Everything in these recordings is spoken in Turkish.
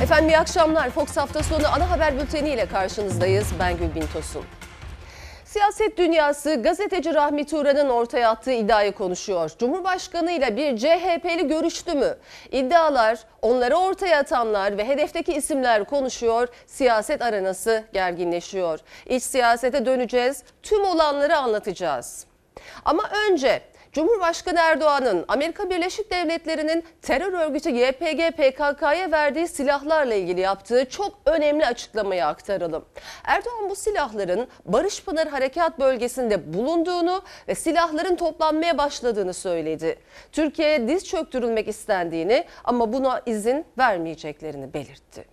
Efendim iyi akşamlar. Fox hafta sonu ana haber bülteni ile karşınızdayız. Ben Gülbin Tosun. Siyaset dünyası gazeteci Rahmi Turan'ın ortaya attığı iddiayı konuşuyor. Cumhurbaşkanı ile bir CHP'li görüştü mü? İddialar, onları ortaya atanlar ve hedefteki isimler konuşuyor. Siyaset arenası gerginleşiyor. İç siyasete döneceğiz. Tüm olanları anlatacağız. Ama önce Cumhurbaşkanı Erdoğan'ın Amerika Birleşik Devletleri'nin terör örgütü YPG PKK'ya verdiği silahlarla ilgili yaptığı çok önemli açıklamayı aktaralım. Erdoğan bu silahların Barışpınar Harekat Bölgesi'nde bulunduğunu ve silahların toplanmaya başladığını söyledi. Türkiye'ye diz çöktürülmek istendiğini ama buna izin vermeyeceklerini belirtti.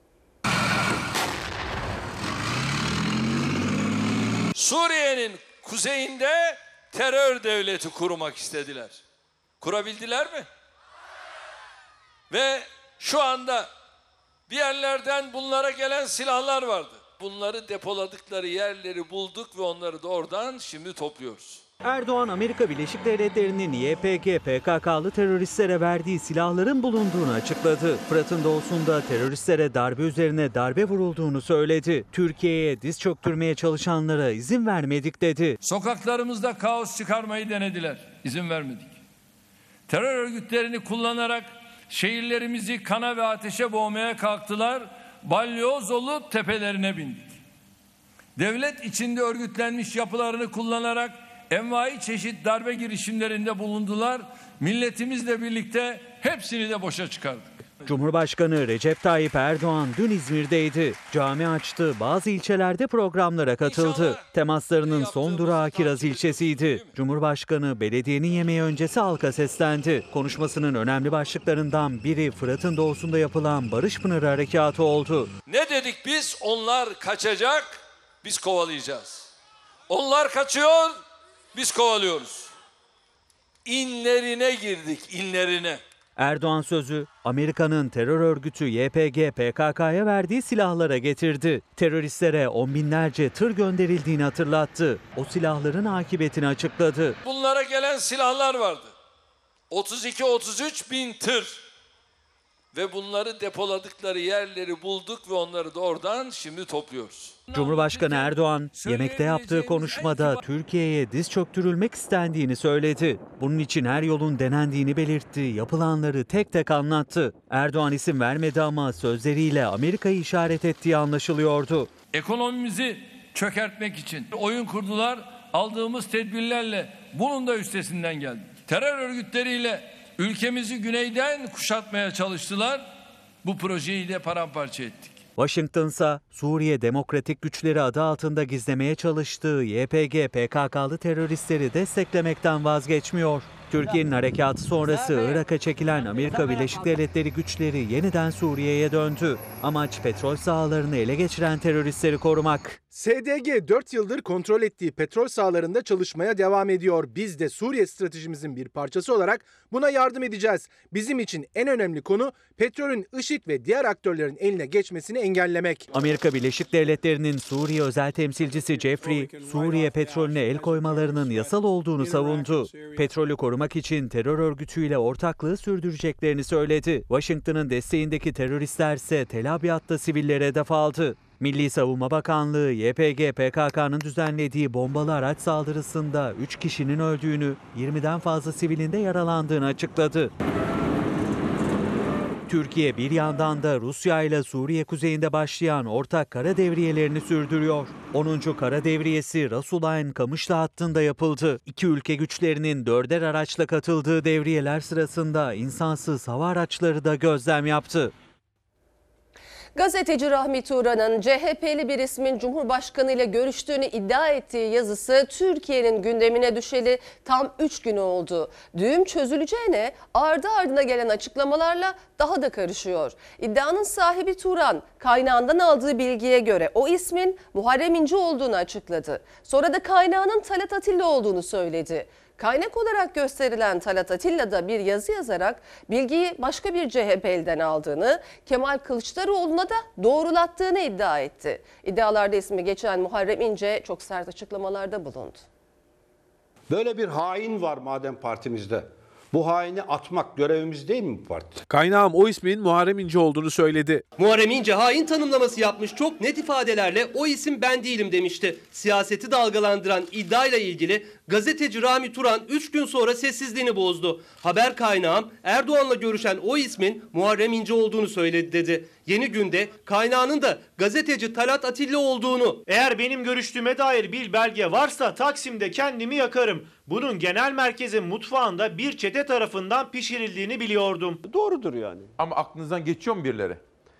Suriye'nin kuzeyinde terör devleti kurmak istediler. Kurabildiler mi? Ve şu anda bir yerlerden bunlara gelen silahlar vardı. Bunları depoladıkları yerleri bulduk ve onları da oradan şimdi topluyoruz. Erdoğan, Amerika Birleşik Devletleri'nin YPG, PKK'lı teröristlere verdiği silahların bulunduğunu açıkladı. Fırat'ın doğusunda teröristlere darbe üzerine darbe vurulduğunu söyledi. Türkiye'ye diz çöktürmeye çalışanlara izin vermedik dedi. Sokaklarımızda kaos çıkarmayı denediler. İzin vermedik. Terör örgütlerini kullanarak şehirlerimizi kana ve ateşe boğmaya kalktılar. Balyoz olup tepelerine bindik. Devlet içinde örgütlenmiş yapılarını kullanarak envai çeşit darbe girişimlerinde bulundular. Milletimizle birlikte hepsini de boşa çıkardık. Cumhurbaşkanı Recep Tayyip Erdoğan dün İzmir'deydi. Cami açtı, bazı ilçelerde programlara katıldı. Temaslarının son durağı Kiraz ilçesiydi. Cumhurbaşkanı belediyenin yemeği öncesi halka seslendi. Konuşmasının önemli başlıklarından biri Fırat'ın doğusunda yapılan Barışpınar Harekatı oldu. Ne dedik biz? Onlar kaçacak, biz kovalayacağız. Onlar kaçıyor, biz kovalıyoruz. İnlerine girdik, inlerine. Erdoğan sözü Amerika'nın terör örgütü YPG PKK'ya verdiği silahlara getirdi. Teröristlere on binlerce tır gönderildiğini hatırlattı. O silahların akıbetini açıkladı. Bunlara gelen silahlar vardı. 32-33 bin tır. Ve bunları depoladıkları yerleri bulduk ve onları da oradan şimdi topluyoruz. Cumhurbaşkanı Erdoğan yemekte yaptığı konuşmada Türkiye'ye diz çöktürülmek istendiğini söyledi. Bunun için her yolun denendiğini belirtti, yapılanları tek tek anlattı. Erdoğan isim vermedi ama sözleriyle Amerika'yı işaret ettiği anlaşılıyordu. Ekonomimizi çökertmek için oyun kurdular, aldığımız tedbirlerle bunun da üstesinden geldik. Terör örgütleriyle ülkemizi güneyden kuşatmaya çalıştılar. Bu projeyi de paramparça ettik. Washington ise Suriye Demokratik Güçleri adı altında gizlemeye çalıştığı YPG PKK'lı teröristleri desteklemekten vazgeçmiyor. Türkiye'nin harekatı sonrası Irak'a çekilen Amerika Birleşik Devletleri güçleri yeniden Suriye'ye döndü. Amaç petrol sahalarını ele geçiren teröristleri korumak. SDG 4 yıldır kontrol ettiği petrol sahalarında çalışmaya devam ediyor. Biz de Suriye stratejimizin bir parçası olarak buna yardım edeceğiz. Bizim için en önemli konu petrolün IŞİD ve diğer aktörlerin eline geçmesini engellemek. Amerika Birleşik Devletleri'nin Suriye özel temsilcisi Jeffrey, Suriye petrolüne el koymalarının yasal olduğunu savundu. Petrolü korumak için terör örgütüyle ortaklığı sürdüreceklerini söyledi. Washington'ın desteğindeki teröristler ise Tel Abyad'da sivillere hedef aldı. Milli Savunma Bakanlığı YPG PKK'nın düzenlediği bombalı araç saldırısında 3 kişinin öldüğünü, 20'den fazla sivilin de yaralandığını açıkladı. Türkiye bir yandan da Rusya ile Suriye kuzeyinde başlayan ortak kara devriyelerini sürdürüyor. 10. kara devriyesi Rasulayn Kamışlı hattında yapıldı. İki ülke güçlerinin 4'er araçla katıldığı devriyeler sırasında insansız hava araçları da gözlem yaptı. Gazeteci Rahmi Turan'ın CHP'li bir ismin Cumhurbaşkanı ile görüştüğünü iddia ettiği yazısı Türkiye'nin gündemine düşeli tam 3 gün oldu. Düğüm çözüleceğine ardı ardına gelen açıklamalarla daha da karışıyor. İddianın sahibi Turan kaynağından aldığı bilgiye göre o ismin Muharrem İnce olduğunu açıkladı. Sonra da kaynağının Talat Atilla olduğunu söyledi. Kaynak olarak gösterilen Talat Atilla da bir yazı yazarak bilgiyi başka bir CHP'liden aldığını, Kemal Kılıçdaroğlu'na da doğrulattığını iddia etti. İddialarda ismi geçen Muharrem İnce çok sert açıklamalarda bulundu. Böyle bir hain var madem partinizde. Bu haini atmak görevimiz değil mi bu parti? Kaynağım o ismin Muharrem İnce olduğunu söyledi. Muharrem İnce hain tanımlaması yapmış, çok net ifadelerle o isim ben değilim demişti. Siyaseti dalgalandıran iddiayla ilgili gazeteci Rahmi Turan 3 gün sonra sessizliğini bozdu. Haber kaynağım Erdoğan'la görüşen o ismin Muharrem İnce olduğunu söyledi dedi. Yeni Günde kaynağının da gazeteci Talat Atilla olduğunu. Eğer benim görüştüğüme dair bir belge varsa Taksim'de kendimi yakarım. Bunun genel merkezin mutfağında bir çete tarafından pişirildiğini biliyordum. Doğrudur yani. Ama aklınızdan geçiyor mu birileri?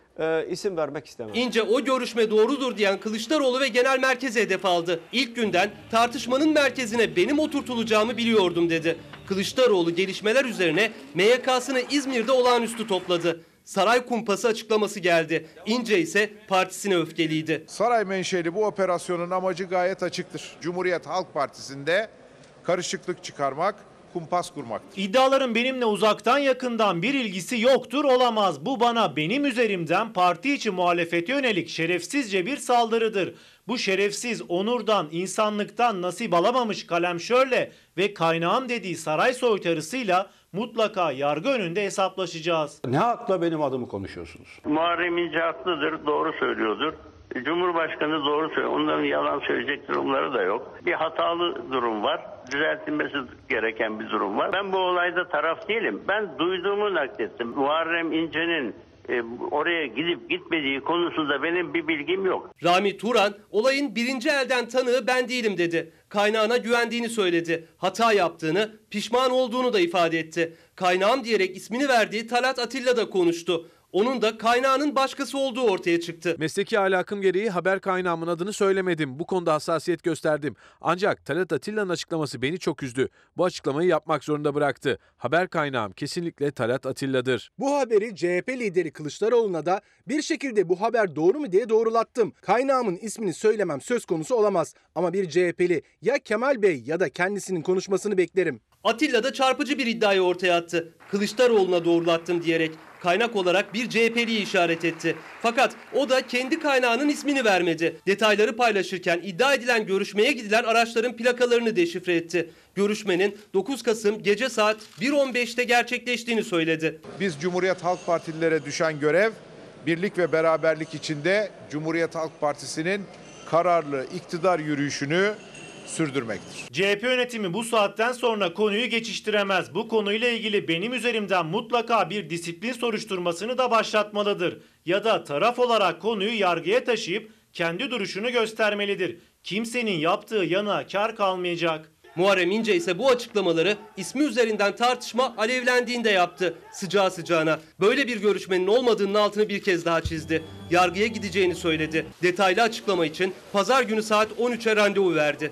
İsim vermek istemem. İnce o görüşme doğrudur diyen Kılıçdaroğlu ve genel merkeze hedef aldı. İlk günden tartışmanın merkezine benim oturtulacağımı biliyordum dedi. Kılıçdaroğlu gelişmeler üzerine MYK'sını İzmir'de olağanüstü topladı. Saray kumpası açıklaması geldi. İnce ise partisine öfkeliydi. Saray menşeli bu operasyonun amacı gayet açıktır. Cumhuriyet Halk Partisi'nde karışıklık çıkarmak, kumpas kurmaktır. İddiaların benimle uzaktan yakından bir ilgisi yoktur, olamaz. Bu bana benim üzerimden parti içi muhalefete yönelik şerefsizce bir saldırıdır. Bu şerefsiz onurdan, insanlıktan nasip alamamış kalemşörle ve kaynağım dediği saray soytarısıyla mutlaka yargı önünde hesaplaşacağız. Ne hakla benim adımı konuşuyorsunuz? Muharrem İnce haklıdır, doğru söylüyordur. Cumhurbaşkanı doğru söylüyor. Onların yalan söyleyecek durumları da yok. Bir hatalı durum var. Düzeltilmesi gereken bir durum var. Ben bu olayda taraf değilim. Ben duyduğumu naklettim. Muharrem İnce'nin oraya gidip gitmediği konusunda benim bir bilgim yok. Rahmi Turan olayın birinci elden tanığı ben değilim dedi. Kaynağına güvendiğini söyledi. Hata yaptığını, pişman olduğunu da ifade etti. Kaynağım diyerek ismini verdiği Talat Atilla da konuştu. Onun da kaynağının başkası olduğu ortaya çıktı. Mesleki ahlakım gereği haber kaynağımın adını söylemedim. Bu konuda hassasiyet gösterdim. Ancak Talat Atilla'nın açıklaması beni çok üzdü. Bu açıklamayı yapmak zorunda bıraktı. Haber kaynağım kesinlikle Talat Atilla'dır. Bu haberi CHP lideri Kılıçdaroğlu'na da bir şekilde bu haber doğru mu diye doğrulattım. Kaynağımın ismini söylemem söz konusu olamaz. Ama bir CHP'li ya Kemal Bey ya da kendisinin konuşmasını beklerim. Atilla da çarpıcı bir iddiayı ortaya attı. Kılıçdaroğlu'na doğrulattım diyerek kaynak olarak bir CHP'liyi işaret etti. Fakat o da kendi kaynağının ismini vermedi. Detayları paylaşırken iddia edilen görüşmeye gidilen araçların plakalarını deşifre etti. Görüşmenin 9 Kasım gece saat 1.15'te gerçekleştiğini söyledi. Biz Cumhuriyet Halk Partililere düşen görev, birlik ve beraberlik içinde Cumhuriyet Halk Partisi'nin kararlı iktidar yürüyüşünü sürdürmektir. CHP yönetimi bu saatten sonra konuyu geçiştiremez. Bu konuyla ilgili benim üzerimden mutlaka bir disiplin soruşturmasını da başlatmalıdır. Ya da taraf olarak konuyu yargıya taşıyıp kendi duruşunu göstermelidir. Kimsenin yaptığı yanına kar kalmayacak. Muharrem İnce ise bu açıklamaları ismi üzerinden tartışma alevlendiğinde yaptı. Sıcağı sıcağına. Böyle bir görüşmenin olmadığının altını bir kez daha çizdi. Yargıya gideceğini söyledi. Detaylı açıklama için pazar günü saat 13'e randevu verdi.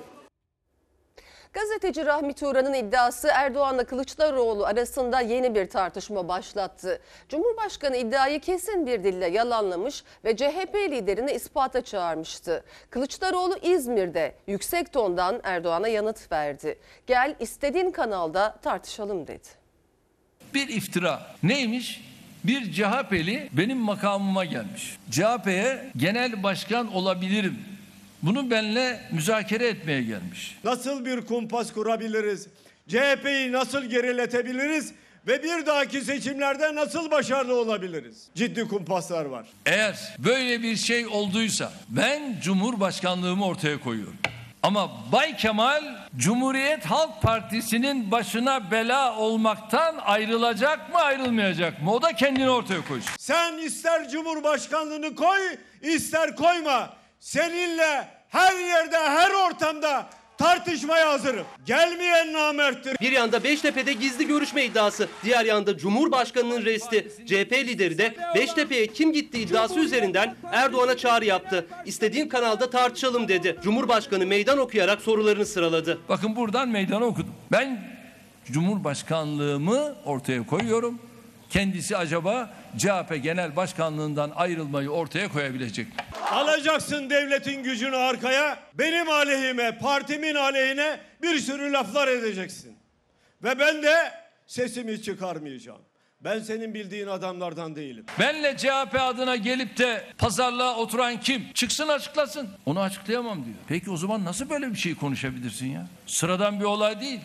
Gazeteci Rahmi Turan'ın iddiası Erdoğan'la Kılıçdaroğlu arasında yeni bir tartışma başlattı. Cumhurbaşkanı iddiayı kesin bir dille yalanlamış ve CHP liderini ispata çağırmıştı. Kılıçdaroğlu İzmir'de yüksek tondan Erdoğan'a yanıt verdi. Gel istediğin kanalda tartışalım dedi. Bir iftira. Neymiş? Bir CHP'li benim makamıma gelmiş. CHP'ye genel başkan olabilirim. Bunu benimle müzakere etmeye gelmiş. Nasıl bir kumpas kurabiliriz? CHP'yi nasıl geriletebiliriz? Ve bir dahaki seçimlerde nasıl başarılı olabiliriz? Ciddi kumpaslar var. Eğer böyle bir şey olduysa ben Cumhurbaşkanlığımı ortaya koyuyorum. Ama Bay Kemal Cumhuriyet Halk Partisi'nin başına bela olmaktan ayrılacak mı ayrılmayacak mı? O da kendini ortaya koyacak. Sen ister Cumhurbaşkanlığını koy, ister koyma. Seninle her yerde, her ortamda tartışmaya hazırım. Gelmeyen namerttir. Bir yanda Beştepe'de gizli görüşme iddiası, diğer yanda Cumhurbaşkanı'nın resti. CHP lideri de Beştepe'ye kim gitti iddiası üzerinden Erdoğan'a çağrı yaptı. İstediğin kanalda tartışalım dedi. Cumhurbaşkanı meydan okuyarak sorularını sıraladı. Bakın buradan meydan okudum. Ben Cumhurbaşkanlığımı ortaya koyuyorum. Kendisi acaba CHP Genel Başkanlığından ayrılmayı ortaya koyabilecek mi? Alacaksın devletin gücünü arkaya, benim aleyhime, partimin aleyhine bir sürü laflar edeceksin. Ve ben de sesimi çıkarmayacağım. Ben senin bildiğin adamlardan değilim. Benle CHP adına gelip de pazarlığa oturan kim? Çıksın açıklasın. Onu açıklayamam diyor. Peki o zaman nasıl böyle bir şey konuşabilirsin ya? Sıradan bir olay değil.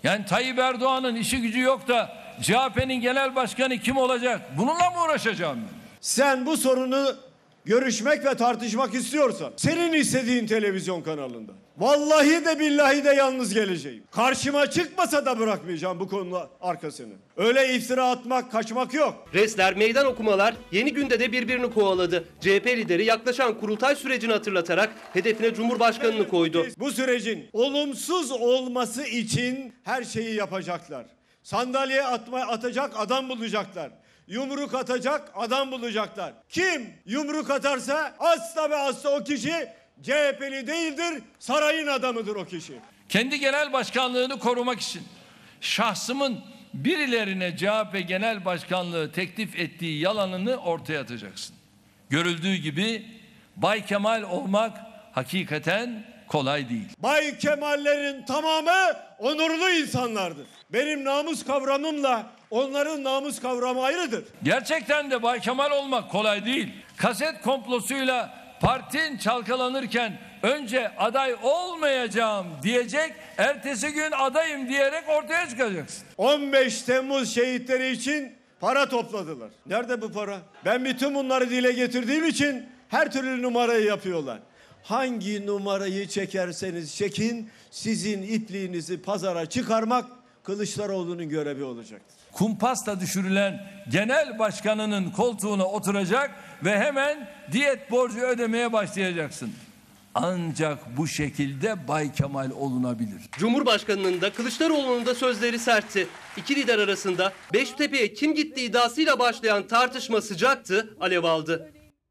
Yani Tayyip Erdoğan'ın işi gücü yok da CHP'nin genel başkanı kim olacak? Bununla mı uğraşacağım ben? Sen bu sorunu görüşmek ve tartışmak istiyorsan senin istediğin televizyon kanalında vallahi de billahi de yalnız geleceğim. Karşıma çıkmasa da bırakmayacağım bu konunun arkasını. Öyle iftira atmak, kaçmak yok. Restler, meydan okumalar Yeni Günde de birbirini kovaladı. CHP lideri yaklaşan kurultay sürecini hatırlatarak hedefine Cumhurbaşkanını koydu. Bu sürecin olumsuz olması için her şeyi yapacaklar. Sandalye atacak adam bulacaklar. Yumruk atacak adam bulacaklar. Kim yumruk atarsa asla ve asla o kişi CHP'li değildir, sarayın adamıdır o kişi. Kendi genel başkanlığını korumak için şahsımın birilerine CHP genel başkanlığı teklif ettiği yalanını ortaya atacaksın. Görüldüğü gibi Bay Kemal olmak hakikaten kolay değil. Bay Kemallerin tamamı onurlu insanlardır. Benim namus kavramımla onların namus kavramı ayrıdır. Gerçekten de Bay Kemal olmak kolay değil. Kaset komplosuyla partin çalkalanırken önce aday olmayacağım diyecek, ertesi gün adayım diyerek ortaya çıkacaksın. 15 Temmuz şehitleri için para topladılar. Nerede bu para? Ben bütün bunları dile getirdiğim için her türlü numarayı yapıyorlar. Hangi numarayı çekerseniz çekin, sizin ipliğinizi pazara çıkarmak Kılıçdaroğlu'nun görevi olacaktır. Kumpasla düşürülen genel başkanının koltuğuna oturacak ve hemen diyet borcu ödemeye başlayacaksın. Ancak bu şekilde Bay Kemal olunabilir. Cumhurbaşkanının da Kılıçdaroğlu'nun da sözleri sertti. İki lider arasında Beştepe'ye kim gitti iddiasıyla başlayan tartışma sıcaktı, alev aldı.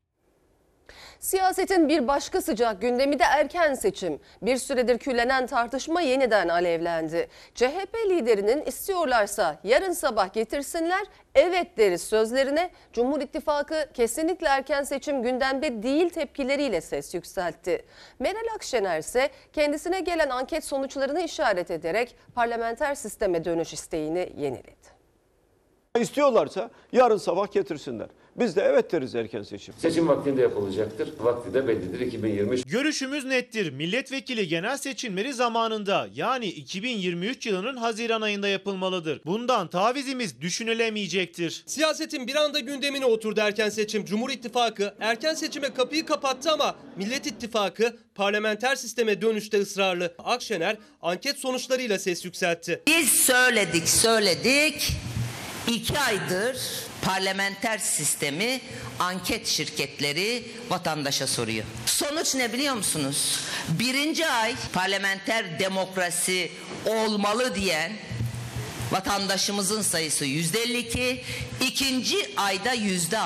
Siyasetin bir başka sıcak gündemi de erken seçim. Bir süredir küllenen tartışma yeniden alevlendi. CHP liderinin istiyorlarsa yarın sabah getirsinler, evet deriz sözlerine Cumhur İttifakı kesinlikle erken seçim gündemde değil tepkileriyle ses yükseltti. Meral Akşener ise kendisine gelen anket sonuçlarını işaret ederek parlamenter sisteme dönüş isteğini yeniledi. İstiyorlarsa yarın sabah getirsinler. Biz de evet deriz erken seçim. Seçim vaktinde yapılacaktır. Vakti de bellidir 2023. Görüşümüz nettir. Milletvekili genel seçimleri zamanında yani 2023 yılının Haziran ayında yapılmalıdır. Bundan tavizimiz düşünülemeyecektir. Siyasetin bir anda gündemine oturdu erken seçim. Cumhur İttifakı erken seçime kapıyı kapattı ama Millet İttifakı parlamenter sisteme dönüşte ısrarlı. Akşener anket sonuçlarıyla ses yükseltti. Biz söyledik. 2 aydır parlamenter sistemi anket şirketleri vatandaşa soruyor. Sonuç ne biliyor musunuz? 1. ay parlamenter demokrasi olmalı diyen vatandaşımızın sayısı %52, 2. ayda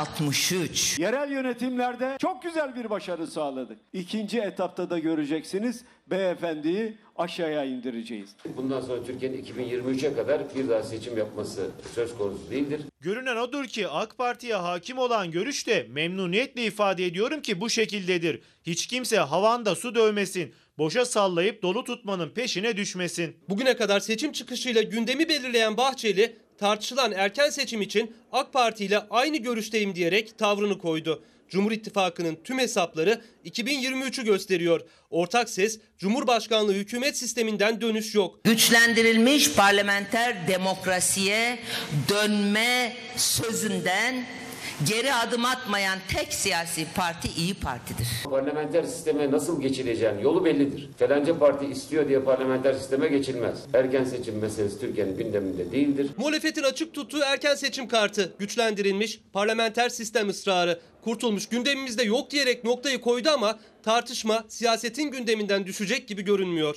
%63. Yerel yönetimlerde çok güzel bir başarı sağladık. 2. etapta da göreceksiniz beyefendiyi aşağıya indireceğiz. Bundan sonra Türkiye'nin 2023'e kadar bir daha seçim yapması söz konusu değildir. Görünen odur ki AK Parti'ye hakim olan görüş de memnuniyetle ifade ediyorum ki bu şekildedir. Hiç kimse havanda su dövmesin. Boşa sallayıp dolu tutmanın peşine düşmesin. Bugüne kadar seçim çıkışıyla gündemi belirleyen Bahçeli, tartışılan erken seçim için AK Parti ile aynı görüşteyim diyerek tavrını koydu. Cumhur İttifakı'nın tüm hesapları 2023'ü gösteriyor. Ortak ses, Cumhurbaşkanlığı hükümet sisteminden dönüş yok. Güçlendirilmiş parlamenter demokrasiye dönme sözünden geri adım atmayan tek siyasi parti İYİ Parti'dir. Parlamenter sisteme nasıl geçileceğinin yolu bellidir. Falanca parti istiyor diye parlamenter sisteme geçilmez. Erken seçim meselesi Türkiye'nin gündeminde değildir. Muhalefetin açık tuttuğu erken seçim kartı, güçlendirilmiş parlamenter sistem ısrarı, Kurtulmuş gündemimizde yok diyerek noktayı koydu ama tartışma siyasetin gündeminden düşecek gibi görünmüyor.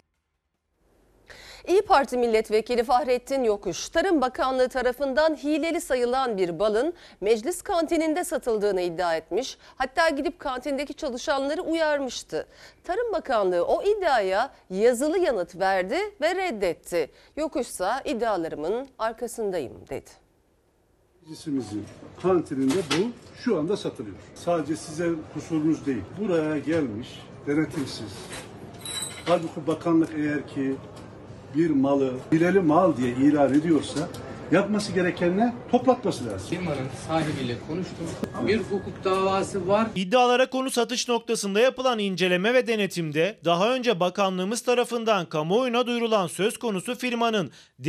İYİ Parti Milletvekili Fahrettin Yokuş, Tarım Bakanlığı tarafından hileli sayılan bir balın meclis kantininde satıldığını iddia etmiş. Hatta gidip kantindeki çalışanları uyarmıştı. Tarım Bakanlığı o iddiaya yazılı yanıt verdi ve reddetti. Yokuş ise iddialarımın arkasındayım dedi. Meclisimizin kantininde bu şu anda satılıyor. Sadece size kusurunuz değil. Buraya gelmiş denetimsiz. Halbuki bakanlık eğer ki bir malı hileli mal diye ilan ediyorsa Yapması gerekenle toplatması lazım. Firmanın sahibiyle konuştum. Bir hukuk davası var. İddialara konu satış noktasında yapılan inceleme ve denetimde daha önce bakanlığımız tarafından kamuoyuna duyurulan söz konusu firmanın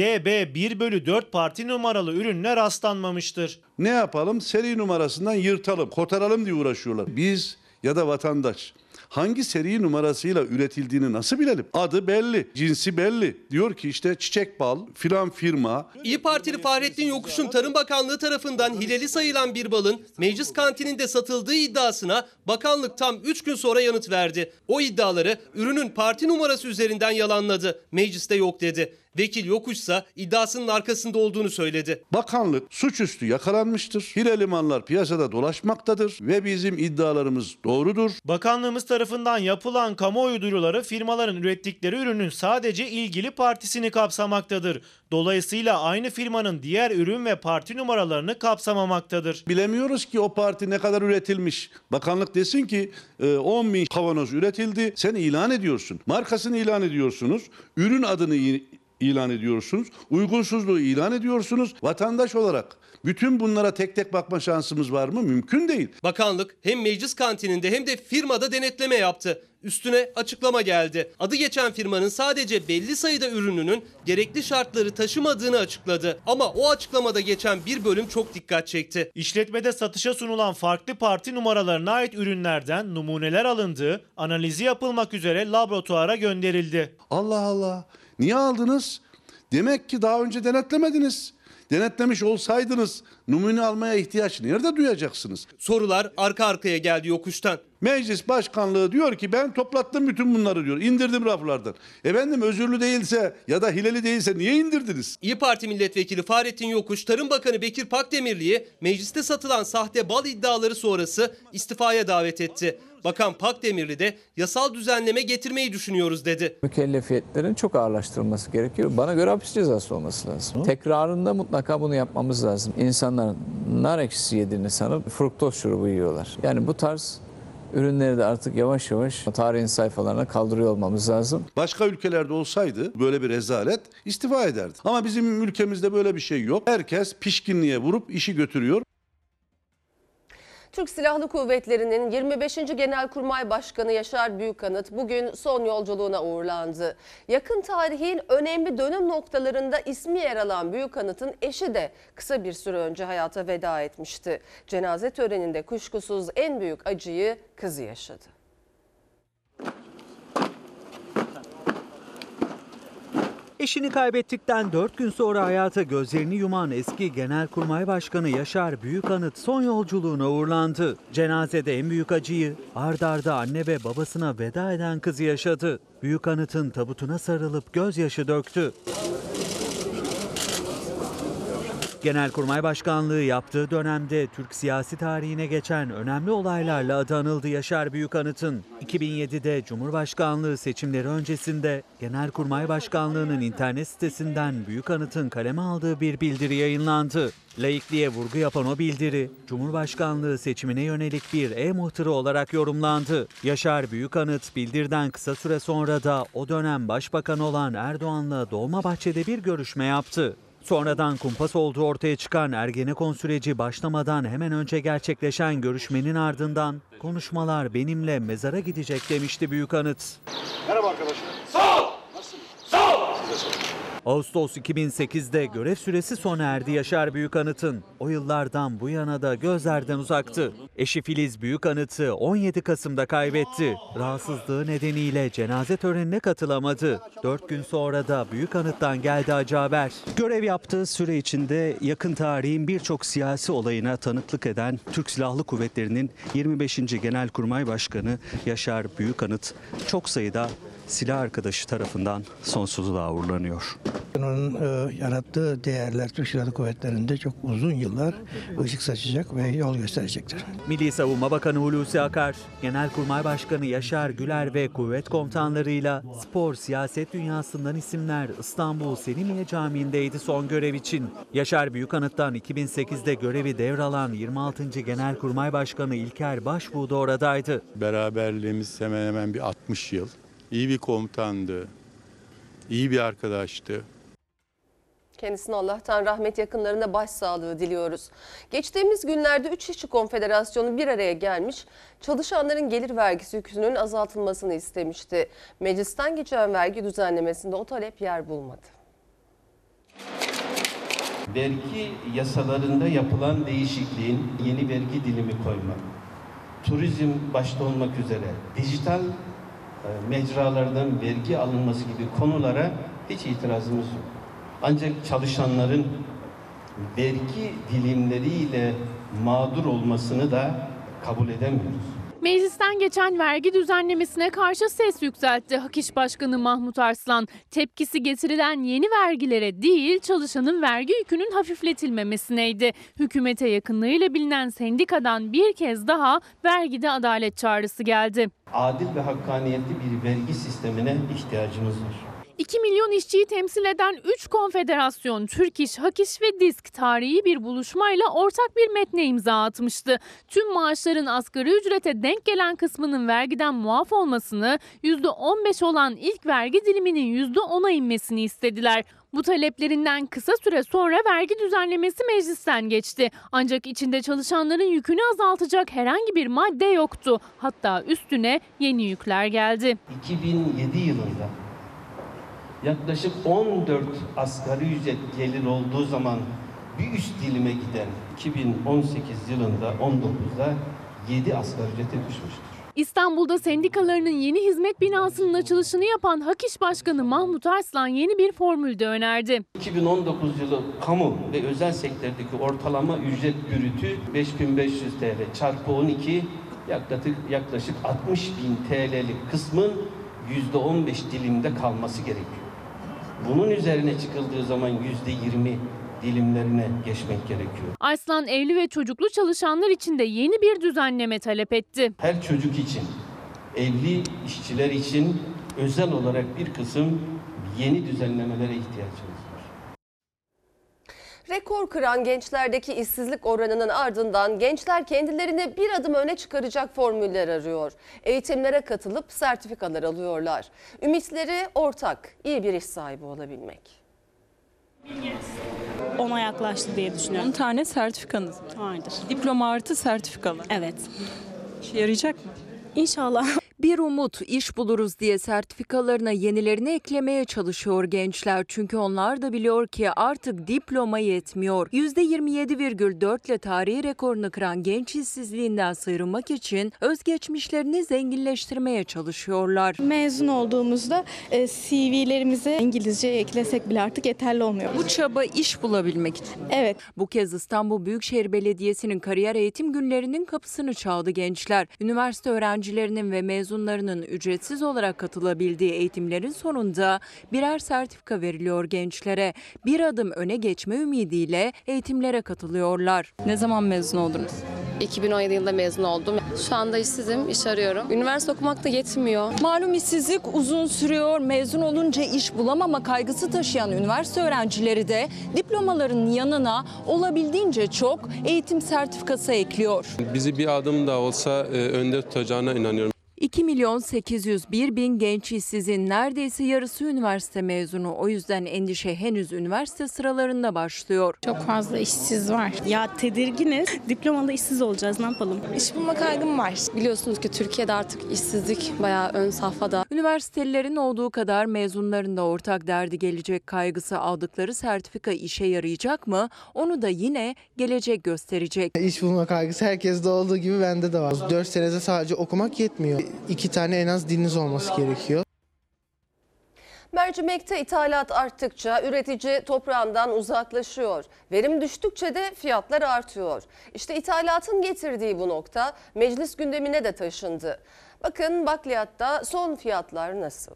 DB1/4 parti numaralı ürününe rastlanmamıştır. Ne yapalım? Seri numarasından yırtalım, kotaralım diye uğraşıyorlar. Biz ya da vatandaş hangi seri numarasıyla üretildiğini nasıl bilelim? Adı belli, cinsi belli. Diyor ki işte çiçek bal filan firma. İyi Partili Fahrettin Yokuş'un Tarım Bakanlığı tarafından hileli sayılan bir balın meclis kantininde satıldığı iddiasına bakanlık tam 3 gün sonra yanıt verdi. O iddiaları ürünün parti numarası üzerinden yalanladı. Mecliste yok dedi. Vekil Yokuş ise iddiasının arkasında olduğunu söyledi. Bakanlık suçüstü yakalanmıştır. Hileli mallar piyasada dolaşmaktadır ve bizim iddialarımız doğrudur. Bakanlığımız tarafından yapılan kamuoyu duyuruları firmaların ürettikleri ürünün sadece ilgili partisini kapsamaktadır. Dolayısıyla aynı firmanın diğer ürün ve parti numaralarını kapsamamaktadır. Bilemiyoruz ki o parti ne kadar üretilmiş. Bakanlık desin ki 10.000 kavanoz üretildi. Sen ilan ediyorsun. Markasını ilan ediyorsunuz. Ürün adını ilan ediyorsunuz. Uygunsuzluğu ilan ediyorsunuz. Vatandaş olarak bütün bunlara tek tek bakma şansımız var mı? Mümkün değil. Bakanlık hem meclis kantininde hem de firmada denetleme yaptı. Üstüne açıklama geldi. Adı geçen firmanın sadece belli sayıda ürününün gerekli şartları taşımadığını açıkladı. Ama o açıklamada geçen bir bölüm çok dikkat çekti. İşletmede satışa sunulan farklı parti numaralarına ait ürünlerden numuneler alındığı, analizi yapılmak üzere laboratuvara gönderildi. Allah Allah. Niye aldınız? Demek ki daha önce denetlemediniz. Denetlemiş olsaydınız numune almaya ihtiyaç nerede duyacaksınız? Sorular arka arkaya geldi Yokuş'tan. Meclis Başkanlığı diyor ki ben toplattım bütün bunları diyor. İndirdim raflardan. Efendim özürlü değilse ya da hileli değilse niye indirdiniz? İyi Parti Milletvekili Fahrettin Yokuş, Tarım Bakanı Bekir Pakdemirli'yi mecliste satılan sahte bal iddiaları sonrası istifaya davet etti. Bakan Pakdemirli de yasal düzenleme getirmeyi düşünüyoruz dedi. Mükellefiyetlerin çok ağırlaştırılması gerekiyor. Bana göre hapis cezası olması lazım. Tekrarında mutlaka bunu yapmamız lazım. İnsanlar nar ekşisi yediğini sanıp fruktoz şurubu yiyorlar. Yani bu tarz ürünleri de artık yavaş yavaş tarihin sayfalarına kaldırıyor olmamız lazım. Başka ülkelerde olsaydı böyle bir rezalet istifa ederdi. Ama bizim ülkemizde böyle bir şey yok. Herkes pişkinliğe vurup işi götürüyor. Türk Silahlı Kuvvetleri'nin 25. Genelkurmay Başkanı Yaşar Büyükanıt bugün son yolculuğuna uğurlandı. Yakın tarihin önemli dönüm noktalarında ismi yer alan Büyükanıt'ın eşi de kısa bir süre önce hayata veda etmişti. Cenaze töreninde kuşkusuz en büyük acıyı kızı yaşadı. Eşini kaybettikten 4 gün sonra hayata gözlerini yuman eski Genelkurmay Başkanı Yaşar Büyükanıt son yolculuğuna uğurlandı. Cenazede en büyük acıyı ard arda anne ve babasına veda eden kızı yaşadı. Büyükanıt'ın tabutuna sarılıp gözyaşı döktü. Genelkurmay Başkanlığı yaptığı dönemde Türk siyasi tarihine geçen önemli olaylarla adı anıldı Yaşar Büyükanıt'ın. 2007'de Cumhurbaşkanlığı seçimleri öncesinde Genelkurmay Başkanlığı'nın internet sitesinden Büyükanıt'ın kaleme aldığı bir bildiri yayınlandı. Laikliğe vurgu yapan o bildiri, Cumhurbaşkanlığı seçimine yönelik bir e-muhtırı olarak yorumlandı. Yaşar Büyükanıt bildiriden kısa süre sonra da o dönem Başbakan olan Erdoğan'la Dolmabahçe'de bir görüşme yaptı. Sonradan kumpas olduğu ortaya çıkan Ergenekon süreci başlamadan hemen önce gerçekleşen görüşmenin ardından konuşmalar benimle mezara gidecek demişti Büyükanıt. Merhaba arkadaşlar. Sağ ol. Nasılsınız? Sağ ol. Size sağ olun. Ağustos 2008'de görev süresi sona erdi Yaşar Büyükanıt'ın. O yıllardan bu yana da gözlerden uzaktı. Eşi Filiz Büyükanıt'ı 17 Kasım'da kaybetti. Rahatsızlığı nedeniyle cenaze törenine katılamadı. 4 gün sonra da Büyükanıt'tan geldi acı haber. Görev yaptığı süre içinde yakın tarihin birçok siyasi olayına tanıklık eden Türk Silahlı Kuvvetleri'nin 25. Genelkurmay Başkanı Yaşar Büyükanıt çok sayıda silah arkadaşı tarafından sonsuzluğa uğurlanıyor. Onun yarattığı değerler Türk Silahlı Kuvvetleri'nde çok uzun yıllar ışık saçacak ve yol gösterecektir. Milli Savunma Bakanı Hulusi Akar, Genelkurmay Başkanı Yaşar Güler ve kuvvet komutanlarıyla spor, siyaset dünyasından isimler İstanbul Selimiye Camii'ndeydi son görev için. Yaşar Büyükanıt'tan 2008'de görevi devralan 26. Genelkurmay Başkanı İlker Başbuğ da oradaydı. Beraberliğimiz hemen hemen bir 60 yıl. İyi bir komutandı, iyi bir arkadaştı. Kendisine Allah'tan rahmet, yakınlarına başsağlığı diliyoruz. Geçtiğimiz günlerde 3 İşçi Konfederasyonu bir araya gelmiş, çalışanların gelir vergisi yükünün azaltılmasını istemişti. Meclisten geçen vergi düzenlemesinde o talep yer bulmadı. Vergi yasalarında yapılan değişikliğin yeni vergi dilimi koymak, turizm başta olmak üzere dijital mecralardan vergi alınması gibi konulara hiç itirazımız yok. Ancak çalışanların vergi dilimleriyle mağdur olmasını da kabul edemiyoruz. Meclisten geçen vergi düzenlemesine karşı ses yükseltti Hak İş Başkanı Mahmut Arslan. Tepkisi getirilen yeni vergilere değil, çalışanın vergi yükünün hafifletilmemesineydi. Hükümete yakınlığıyla bilinen sendikadan bir kez daha vergide adalet çağrısı geldi. Adil ve hakkaniyetli bir vergi sistemine ihtiyacımız var. 2 milyon işçiyi temsil eden 3 konfederasyon, Türk İş, Hak İş ve DİSK tarihi bir buluşmayla ortak bir metne imza atmıştı. Tüm maaşların asgari ücrete denk gelen kısmının vergiden muaf olmasını, %15 olan ilk vergi diliminin %10'a inmesini istediler. Bu taleplerinden kısa süre sonra vergi düzenlemesi meclisten geçti. Ancak içinde çalışanların yükünü azaltacak herhangi bir madde yoktu. Hatta üstüne yeni yükler geldi. 2007 yılında yaklaşık 14 asgari ücret gelir olduğu zaman bir üst dilime giden 2018 yılında 19'da 7 asgari ücrete düşmüştür. İstanbul'da sendikalarının yeni hizmet binasının açılışını yapan Hak İş Başkanı Mahmut Arslan yeni bir formül de önerdi. 2019 yılı kamu ve özel sektördeki ortalama ücret bürütü 5.500 TL çarpı 12 yaklaşık 60.000 TL'lik kısmın %15 dilimde kalması gerekiyor. Bunun üzerine çıkıldığı zaman %20 dilimlerine geçmek gerekiyor. Arslan evli ve çocuklu çalışanlar için de yeni bir düzenleme talep etti. Her çocuk için, evli işçiler için özel olarak bir kısım yeni düzenlemelere ihtiyacımız var. Rekor kıran gençlerdeki işsizlik oranının ardından gençler kendilerini bir adım öne çıkaracak formüller arıyor. Eğitimlere katılıp sertifikalar alıyorlar. Ümitleri ortak, iyi bir iş sahibi olabilmek. 10'a yaklaştı diye düşünüyorum. 10 tane sertifikanız vardır. Diploma artı sertifikalı. Evet. İşe yarayacak mı? İnşallah. Bir umut, iş buluruz diye sertifikalarına yenilerini eklemeye çalışıyor gençler. Çünkü onlar da biliyor ki artık diploma yetmiyor. %27,4 ile tarihi rekorunu kıran genç işsizliğinden sıyrılmak için özgeçmişlerini zenginleştirmeye çalışıyorlar. Mezun olduğumuzda CV'lerimize İngilizce eklesek bile artık yeterli olmuyor. Bu çaba iş bulabilmek için. Evet. Bu kez İstanbul Büyükşehir Belediyesi'nin kariyer eğitim günlerinin kapısını çaldı gençler. Üniversite öğrencilerinin ve mezunlarının ücretsiz olarak katılabildiği eğitimlerin sonunda birer sertifika veriliyor gençlere. Bir adım öne geçme ümidiyle eğitimlere katılıyorlar. Ne zaman mezun oldunuz? 2017 yılında mezun oldum. Şu anda işsizim, iş arıyorum. Üniversite okumak da yetmiyor. Malum işsizlik uzun sürüyor. Mezun olunca iş bulamama kaygısı taşıyan üniversite öğrencileri de diplomaların yanına olabildiğince çok eğitim sertifikası ekliyor. Bizi bir adım da olsa önde tutacağına inanıyorum. 2.801.000 genç işsizin neredeyse yarısı üniversite mezunu. O yüzden endişe henüz üniversite sıralarında başlıyor. Çok fazla işsiz var. Ya tedirginiz. Diplomada işsiz olacağız. Ne yapalım? İş bulma kaygım var. Biliyorsunuz ki Türkiye'de artık işsizlik bayağı ön safhada. Üniversitelilerin olduğu kadar mezunların da ortak derdi gelecek kaygısı. Aldıkları sertifika işe yarayacak mı? Onu da yine gelecek gösterecek. İş bulma kaygısı herkeste olduğu gibi bende de var. 4 senede sadece okumak yetmiyor. 2 tane en az diliniz olması gerekiyor. Mercimekte ithalat arttıkça üretici toprağından uzaklaşıyor. Verim düştükçe de fiyatlar artıyor. İşte ithalatın getirdiği bu nokta meclis gündemine de taşındı. Bakın bakliyatta son fiyatlar nasıl?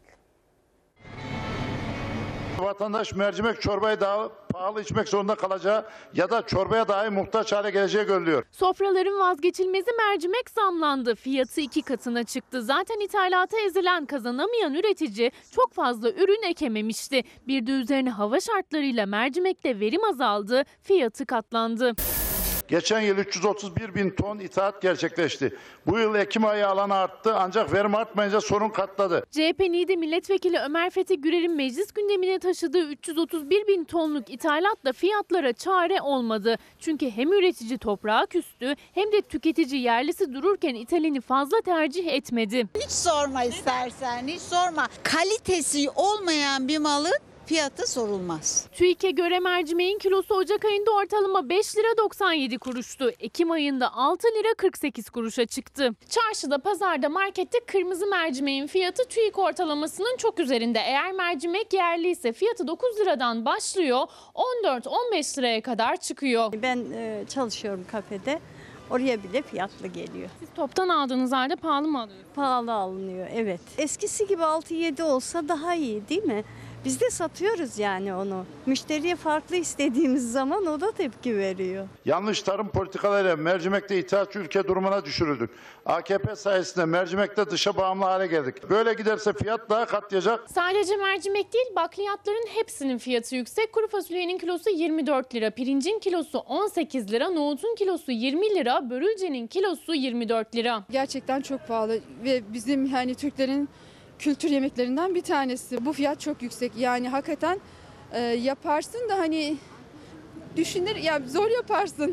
Vatandaş mercimek çorbayı daha pahalı içmek zorunda kalacağı ya da çorbaya dahi muhtaç hale geleceği görülüyor. Sofraların vazgeçilmezi mercimek zamlandı. Fiyatı 2 katına çıktı. Zaten ithalata ezilen, kazanamayan üretici çok fazla ürün ekememişti. Bir de üzerine hava şartlarıyla mercimekte verim azaldı, fiyatı katlandı. Geçen yıl 331 bin ton ithalat gerçekleşti. Bu yıl Ekim ayı alanı arttı ancak verim artmayınca sorun katladı. CHP Niğde Milletvekili Ömer Fethi Gürer'in meclis gündemine taşıdığı 331 bin tonluk ithalatla fiyatlara çare olmadı. Çünkü hem üretici toprağa küstü hem de tüketici yerlisi dururken ithalini fazla tercih etmedi. Hiç sorma istersen, hiç sorma. Kalitesi olmayan bir malın fiyatı sorulmaz. TÜİK'e göre mercimeğin kilosu Ocak ayında ortalama 5 lira 97 kuruştu. Ekim ayında 6 lira 48 kuruşa çıktı. Çarşıda, pazarda, markette kırmızı mercimeğin fiyatı TÜİK ortalamasının çok üzerinde. Eğer mercimek yerli ise fiyatı 9 liradan başlıyor, 14-15 liraya kadar çıkıyor. Ben çalışıyorum kafede. Oraya bile fiyatlı geliyor. Siz toptan aldığınız halde pahalı mı alıyorsunuz? Pahalı alınıyor, evet. Eskisi gibi 6-7 olsa daha iyi değil mi? Biz de satıyoruz yani onu. Müşteriye farklı istediğimiz zaman o da tepki veriyor. Yanlış tarım politikalarıyla mercimekte ithalatçı ülke durumuna düşürüldük. AKP sayesinde mercimekte dışa bağımlı hale geldik. Böyle giderse fiyat daha katlayacak. Sadece mercimek değil, bakliyatların hepsinin fiyatı yüksek. Kuru fasulyenin kilosu 24 lira, pirincin kilosu 18 lira, nohutun kilosu 20 lira, börülcenin kilosu 24 lira. Gerçekten çok pahalı ve bizim yani Türklerin kültür yemeklerinden bir tanesi. Bu fiyat çok yüksek. Yani hakikaten yaparsın da hani düşünür ya zor yaparsın.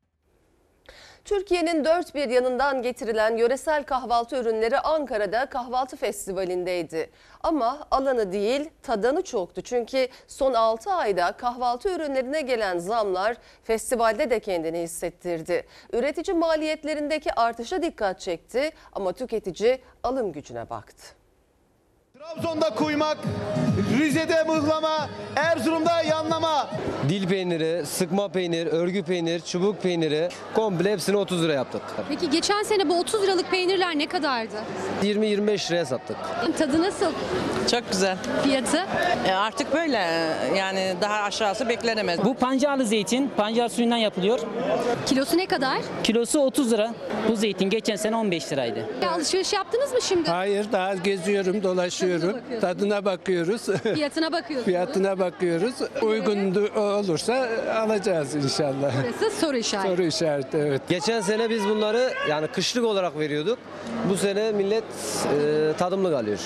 Türkiye'nin dört bir yanından getirilen yöresel kahvaltı ürünleri Ankara'da kahvaltı festivalindeydi. Ama alanı değil, tadanı çoktu. Çünkü son 6 ayda kahvaltı ürünlerine gelen zamlar festivalde de kendini hissettirdi. Üretici maliyetlerindeki artışa dikkat çekti ama tüketici alım gücüne baktı. Trabzon'da kuymak, Rize'de mıhlama, Erzurum'da yanlama. Dil peyniri, sıkma peynir, örgü peynir, çubuk peyniri komple hepsini 30 lira yaptık. Peki geçen sene bu 30 liralık peynirler ne kadardı? 20-25 liraya sattık. Tadı nasıl? Çok güzel. Fiyatı? Artık böyle yani daha aşağısı beklenemez. Bu pancarlı zeytin, pancar suyundan yapılıyor. Kilosu ne kadar? Kilosu 30 lira. Bu zeytin geçen sene 15 liraydı. Alışveriş yaptınız mı şimdi? Hayır, daha geziyorum, dolaşıyorum. Tadına bakıyoruz. Fiyatına bakıyorsunuz. Fiyatına bakıyoruz. Uygun olursa alacağız inşallah. Burası soru işareti. Soru işareti, evet. Geçen sene biz bunları yani kışlık olarak veriyorduk. Bu sene millet tadımlık alıyor.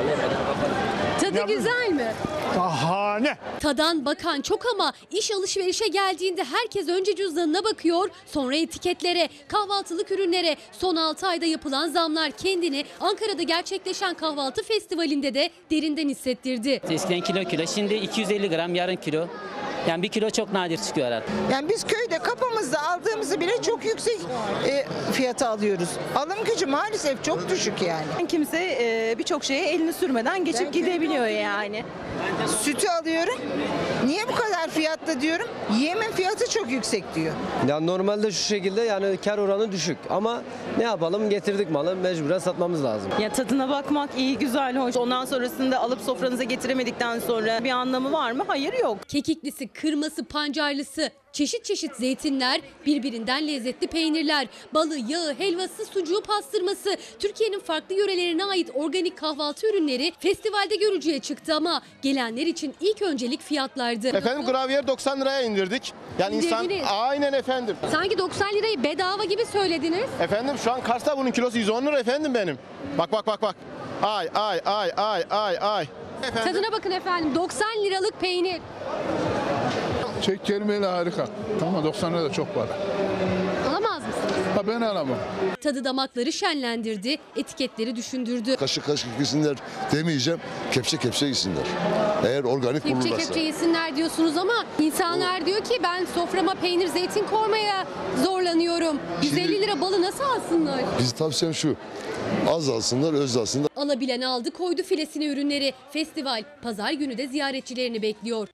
Tadı güzel mi? Şahane. Tadan bakan çok ama iş alışverişe geldiğinde herkes önce cüzdanına bakıyor, sonra etiketlere, kahvaltılık ürünlere. Son 6 ayda yapılan zamlar kendini Ankara'da gerçekleşen kahvaltı festivalinde de derinden hissettirdi. Eskiden kilo, şimdi 250 gram yarım kilo. Yani bir kilo çok nadir çıkıyor herhalde. Yani biz köyde kapımızda aldığımızı bile çok yüksek fiyata alıyoruz. Alım gücü maalesef çok düşük yani. Kimse birçok şeye elini sürmeden geçip gidebiliyor yani. Sütü alıyorum. Niye bu kadar fiyatta diyorum? Yemin fiyatı çok yüksek diyor. Yani normalde şu şekilde yani kar oranı düşük ama ne yapalım getirdik malı mecburen satmamız lazım. Ya tadına bakmak iyi, güzel, hoş. Ondan sonrasında alıp sofranıza getiremedikten sonra bir anlamı var mı? Hayır, yok. Kekiklisi, kırması, pancarlısı, çeşit çeşit zeytinler, birbirinden lezzetli peynirler, balı, yağı, helvası, sucuğu, pastırması, Türkiye'nin farklı yörelerine ait organik kahvaltı ürünleri festivalde görücüye çıktı ama gelenler için ilk öncelik fiyatlardı. Efendim gravyer 90 liraya indirdik. Yani insan aynen efendim. Sanki 90 lirayı bedava gibi söylediniz. Efendim şu an Kars'ta bunun kilosu 110 lira efendim benim. Bak. Ay. Efendim? Tadına bakın efendim, 90 liralık peynir. Çek kelimeyle harika. Ama 90 lira da çok para. Alamaz mısınız? Ha ben alamam. Tadı damakları şenlendirdi, etiketleri düşündürdü. Kaşık yesinler demeyeceğim, kepçe yesinler. Eğer organik bulurlarsa. Kepçe yesinler diyorsunuz ama insanlar diyor ki ben soframa peynir, zeytin koymaya zorlanıyorum. 150 lira balı nasıl alsınlar? Biz tavsiyem şu, az alsınlar, öz alsınlar. Alabilen aldı, koydu filesine ürünleri. Festival pazar günü de ziyaretçilerini bekliyor.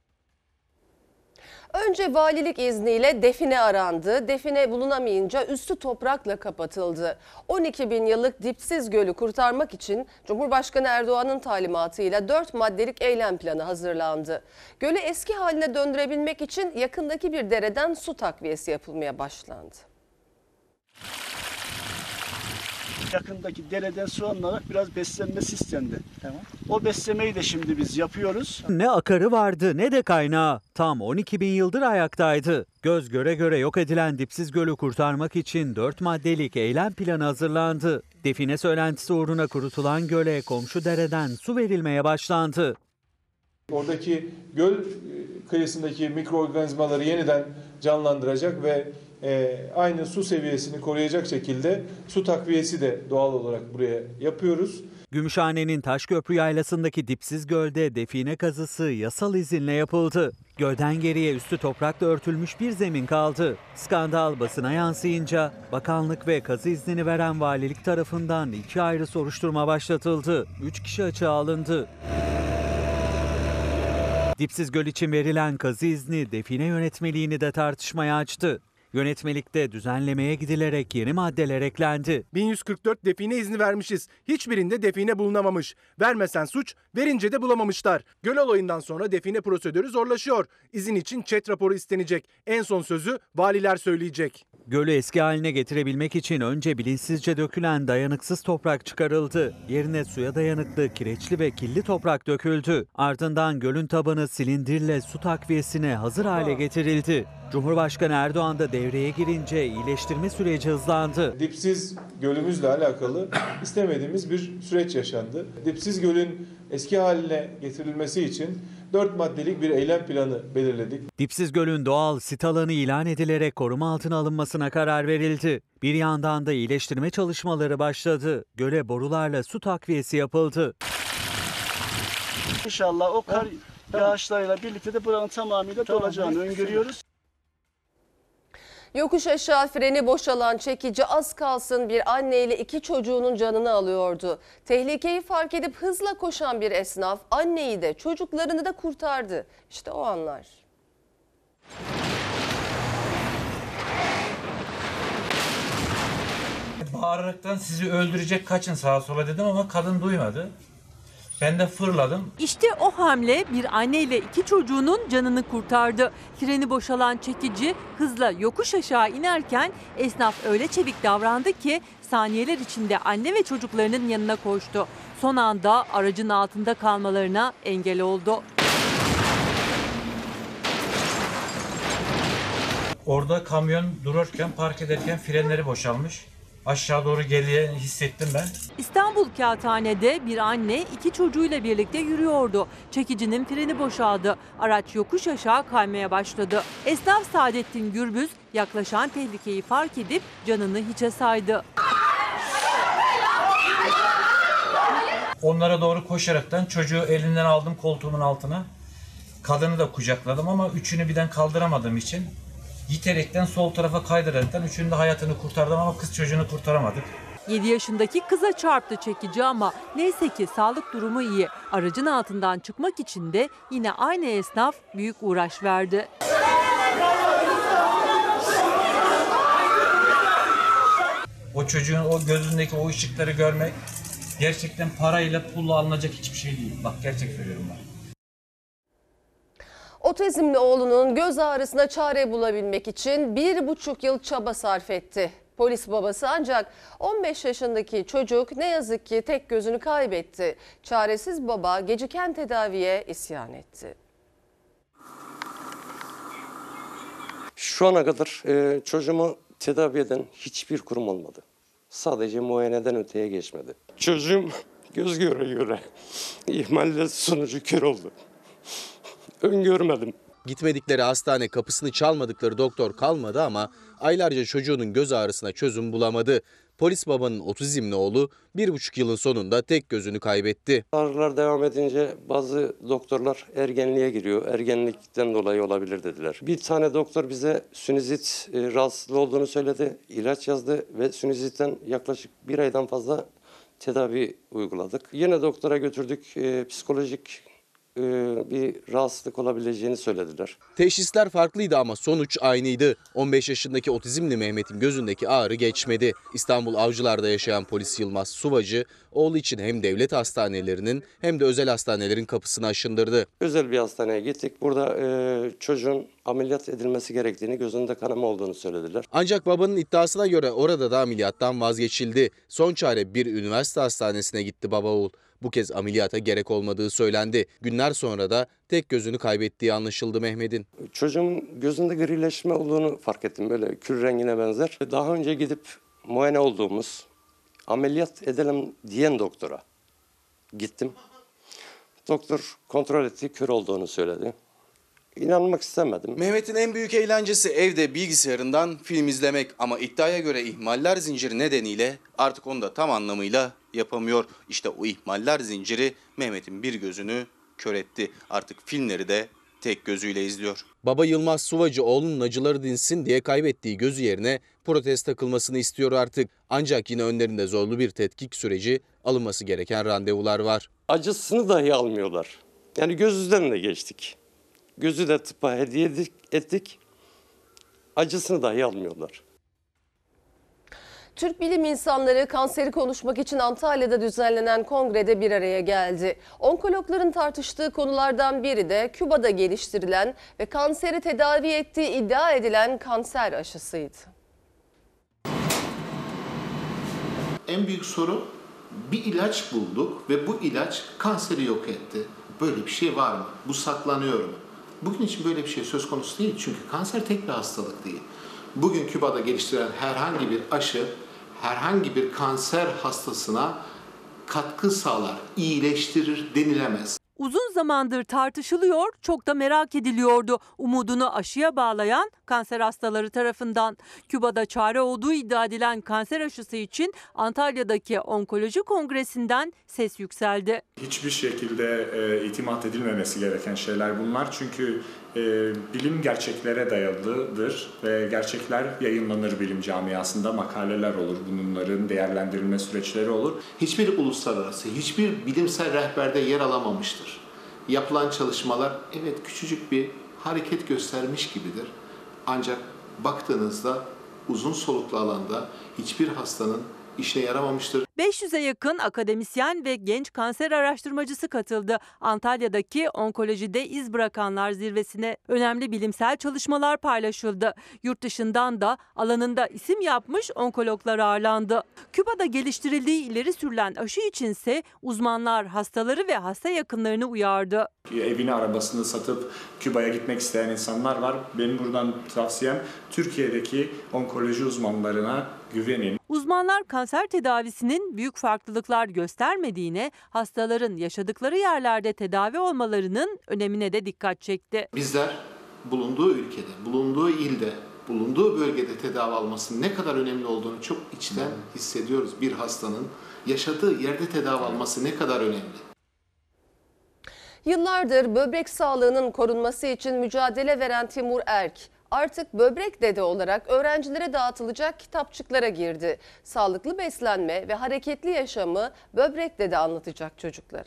Önce valilik izniyle define arandı. Define bulunamayınca üstü toprakla kapatıldı. 12 bin yıllık dipsiz gölü kurtarmak için Cumhurbaşkanı Erdoğan'ın talimatıyla 4 maddelik eylem planı hazırlandı. Gölü eski haline döndürebilmek için yakındaki bir dereden su takviyesi yapılmaya başlandı. Yakındaki dereden su alınarak biraz beslenmesi istendi. Tamam. O beslemeyi de şimdi biz yapıyoruz. Ne akarı vardı ne de kaynağı. Tam 12 bin yıldır ayaktaydı. Göz göre göre yok edilen Dipsiz Gölü kurtarmak için 4 maddelik eylem planı hazırlandı. Define söylentisi uğruna kurutulan göle komşu dereden su verilmeye başlandı. Oradaki göl kıyısındaki mikroorganizmaları yeniden canlandıracak ve aynı su seviyesini koruyacak şekilde su takviyesi de doğal olarak buraya yapıyoruz. Gümüşhane'nin Taşköprü Yaylası'ndaki Dipsiz Göl'de define kazısı yasal izinle yapıldı. Gölden geriye üstü toprakla örtülmüş bir zemin kaldı. Skandal basına yansıyınca bakanlık ve kazı iznini veren valilik tarafından 2 ayrı soruşturma başlatıldı. 3 kişi açığa alındı. Dipsiz Göl için verilen kazı izni define yönetmeliğini de tartışmaya açtı. Yönetmelikte düzenlemeye gidilerek yeni maddeler eklendi. 1144 define izni vermişiz. Hiçbirinde define bulunamamış. Vermesen suç, verince de bulamamışlar. Göl olayından sonra define prosedürü zorlaşıyor. İzin için ÇED raporu istenecek. En son sözü valiler söyleyecek. Gölü eski haline getirebilmek için önce bilinçsizce dökülen dayanıksız toprak çıkarıldı. Yerine suya dayanıklı kireçli ve kirli toprak döküldü. Ardından gölün tabanı silindirle su takviyesine hazır hale getirildi. Cumhurbaşkanı Erdoğan da devreye girince iyileştirme süreci hızlandı. Dipsiz Gölümüzle alakalı istemediğimiz bir süreç yaşandı. Dipsiz Göl'ün eski haline getirilmesi için 4 maddelik bir eylem planı belirledik. Dipsiz Göl'ün doğal sit alanı ilan edilerek koruma altına alınmasına karar verildi. Bir yandan da iyileştirme çalışmaları başladı. Göle borularla su takviyesi yapıldı. İnşallah o kar yağışlarıyla birlikte de buranın tamamıyla dolacağını öngörüyoruz. Yokuş aşağı freni boşalan çekici az kalsın bir anneyle 2 çocuğunun canını alıyordu. Tehlikeyi fark edip hızla koşan bir esnaf anneyi de çocuklarını da kurtardı. İşte o anlar. Bağıraraktan sizi öldürecek, kaçın sağa sola dedim ama kadın duymadı. Ben de fırladım. İşte o hamle bir anneyle 2 çocuğunun canını kurtardı. Freni boşalan çekici hızla yokuş aşağı inerken esnaf öyle çevik davrandı ki saniyeler içinde anne ve çocuklarının yanına koştu. Son anda aracın altında kalmalarına engel oldu. Orada kamyon dururken, park ederken frenleri boşalmış. Aşağı doğru geliye hissettim ben. İstanbul Kağıthane'de bir anne 2 çocuğuyla birlikte yürüyordu. Çekicinin freni boşaldı. Araç yokuş aşağı kaymaya başladı. Esnaf Saadettin Gürbüz yaklaşan tehlikeyi fark edip canını hiçe saydı. Onlara doğru koşaraktan çocuğu elinden aldım koltuğumun altına. Kadını da kucakladım ama üçünü birden kaldıramadığım için yiterekten sol tarafa kaydıraraktan üçünün de hayatını kurtardım ama kız çocuğunu kurtaramadık. 7 yaşındaki kıza çarptı çekici ama neyse ki sağlık durumu iyi. Aracın altından çıkmak için de yine aynı esnaf büyük uğraş verdi. O çocuğun o gözündeki o ışıkları görmek gerçekten parayla pulla alınacak hiçbir şey değil. Bak gerçek söylüyorum ben. Otizmli oğlunun göz ağrısına çare bulabilmek için 1,5 yıl çaba sarf etti. Polis babası ancak 15 yaşındaki çocuk ne yazık ki tek gözünü kaybetti. Çaresiz baba geciken tedaviye isyan etti. Şu ana kadar çocuğumu tedavi eden hiçbir kurum olmadı. Sadece muayeneden öteye geçmedi. Çocuğum göz göre göre ihmaller sonucu kör oldu. Öngörmedim. Gitmedikleri hastane kapısını çalmadıkları doktor kalmadı ama aylarca çocuğunun göz ağrısına çözüm bulamadı. Polis babanın otizmli oğlu 1,5 yılın sonunda tek gözünü kaybetti. Ağrılar devam edince bazı doktorlar ergenliğe giriyor. Ergenlikten dolayı olabilir dediler. Bir tane doktor bize sinüzit rahatsızlığı olduğunu söyledi. İlaç yazdı ve sinüzitten yaklaşık 1 aydan fazla tedavi uyguladık. Yine doktora götürdük. Psikolojik bir rahatsızlık olabileceğini söylediler. Teşhisler farklıydı ama sonuç aynıydı. 15 yaşındaki otizmli Mehmet'in gözündeki ağrı geçmedi. İstanbul Avcılar'da yaşayan polis Yılmaz Suvacı, oğlu için hem devlet hastanelerinin hem de özel hastanelerin kapısını aşındırdı. Özel bir hastaneye gittik. Burada çocuğun ameliyat edilmesi gerektiğini, gözünde kanama olduğunu söylediler. Ancak babanın iddiasına göre orada da ameliyattan vazgeçildi. Son çare bir üniversite hastanesine gitti baba oğul. Bu kez ameliyata gerek olmadığı söylendi. Günler sonra da tek gözünü kaybettiği anlaşıldı Mehmet'in. Çocuğumun gözünde grileşme olduğunu fark ettim. Böyle kül rengine benzer. Daha önce gidip muayene olduğumuz, ameliyat edelim diyen doktora gittim. Doktor kontrol etti, kör olduğunu söyledi. İnanmak istemedim. Mehmet'in en büyük eğlencesi evde bilgisayarından film izlemek ama iddiaya göre ihmaller zinciri nedeniyle artık onu da tam anlamıyla yapamıyor. İşte o ihmaller zinciri Mehmet'in bir gözünü kör etti. Artık filmleri de tek gözüyle izliyor. Baba Yılmaz Suvacı oğlunun acıları dinsin diye kaybettiği gözü yerine protez takılmasını istiyor artık. Ancak yine önlerinde zorlu bir tetkik süreci, alınması gereken randevular var. Acısını dahi almıyorlar. Yani göz üzerine geçtik. Gözü de tıpa hediye ettik. Acısını dahi almıyorlar. Türk bilim insanları kanseri konuşmak için Antalya'da düzenlenen kongrede bir araya geldi. Onkologların tartıştığı konulardan biri de Küba'da geliştirilen ve kanseri tedavi ettiği iddia edilen kanser aşısıydı. En büyük soru, bir ilaç bulduk ve bu ilaç kanseri yok etti. Böyle bir şey var mı? Bu saklanıyor mu? Bugün için böyle bir şey söz konusu değil. Çünkü kanser tek bir hastalık değil. Bugün Küba'da geliştirilen herhangi bir aşı, herhangi bir kanser hastasına katkı sağlar, iyileştirir denilemez. Uzun zamandır tartışılıyor, çok da merak ediliyordu. Umudunu aşıya bağlayan kanser hastaları tarafından. Küba'da çare olduğu iddia edilen kanser aşısı için Antalya'daki onkoloji kongresinden ses yükseldi. Hiçbir şekilde itimat edilmemesi gereken şeyler bunlar. Çünkü bilim gerçeklere dayalıdır ve gerçekler yayınlanır bilim camiasında, makaleler olur, bunların değerlendirilme süreçleri olur. Hiçbir uluslararası, hiçbir bilimsel rehberde yer alamamıştır. Yapılan çalışmalar evet küçücük bir hareket göstermiş gibidir. Ancak baktığınızda uzun soluklu alanda hiçbir hastanın işine yaramamıştır. 500'e yakın akademisyen ve genç kanser araştırmacısı katıldı. Antalya'daki onkolojide iz bırakanlar zirvesine önemli bilimsel çalışmalar paylaşıldı. Yurt dışından da alanında isim yapmış onkologlar ağırlandı. Küba'da geliştirildiği ileri sürülen aşı içinse uzmanlar hastaları ve hasta yakınlarını uyardı. Evini, arabasını satıp Küba'ya gitmek isteyen insanlar var. Benim buradan tavsiyem Türkiye'deki onkoloji uzmanlarına güvenin. Uzmanlar kanser tedavisinin büyük farklılıklar göstermediğine, hastaların yaşadıkları yerlerde tedavi olmalarının önemine de dikkat çekti. Bizler bulunduğu ülkede, bulunduğu ilde, bulunduğu bölgede tedavi almasının ne kadar önemli olduğunu çok içten hissediyoruz. Bir hastanın yaşadığı yerde tedavi alması ne kadar önemli. Yıllardır böbrek sağlığının korunması için mücadele veren Timur Erk, artık böbrek dede olarak öğrencilere dağıtılacak kitapçıklara girdi. Sağlıklı beslenme ve hareketli yaşamı böbrek dede anlatacak çocuklara.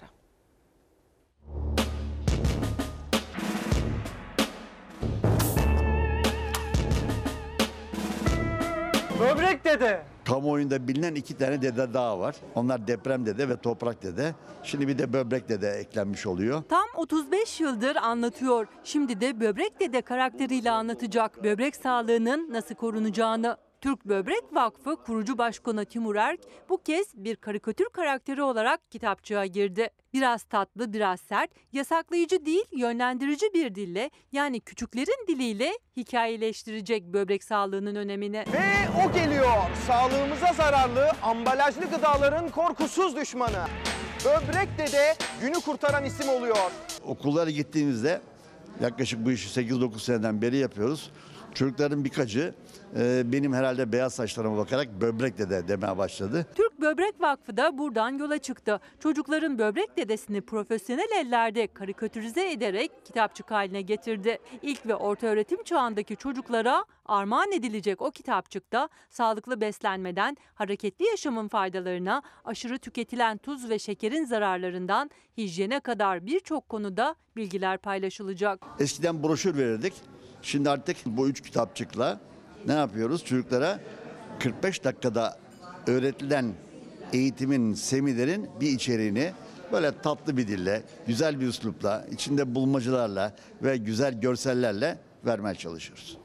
Böbrek dede. Kamuoyunda bilinen 2 tane dede daha var. Onlar deprem dede ve toprak dede. Şimdi bir de böbrek dede eklenmiş oluyor. Tam 35 yıldır anlatıyor. Şimdi de böbrek dede karakteriyle anlatacak böbrek sağlığının nasıl korunacağını. Türk Böbrek Vakfı kurucu başkanı Timur Erk bu kez bir karikatür karakteri olarak kitapçığa girdi. Biraz tatlı, biraz sert, yasaklayıcı değil, yönlendirici bir dille, yani küçüklerin diliyle hikayeleştirecek böbrek sağlığının önemini. Ve o geliyor. Sağlığımıza zararlı ambalajlı gıdaların korkusuz düşmanı. Böbrek dede günü kurtaran isim oluyor. Okullara gittiğimizde yaklaşık bu işi 8-9 seneden beri yapıyoruz. Çocukların birkaçı benim herhalde beyaz saçlarıma bakarak böbrek dede demeye başladı. Türk Böbrek Vakfı da buradan yola çıktı. Çocukların böbrek dedesini profesyonel ellerde karikatürize ederek kitapçık haline getirdi. İlk ve orta öğretim çağındaki çocuklara armağan edilecek o kitapçıkta sağlıklı beslenmeden hareketli yaşamın faydalarına, aşırı tüketilen tuz ve şekerin zararlarından hijyene kadar birçok konuda bilgiler paylaşılacak. Eskiden broşür verirdik. Şimdi artık bu 3 kitapçıkla ne yapıyoruz? Çocuklara 45 dakikada öğretilen eğitimin, seminerin bir içeriğini böyle tatlı bir dille, güzel bir üslupla, içinde bulmacalarla ve güzel görsellerle vermeye çalışıyoruz.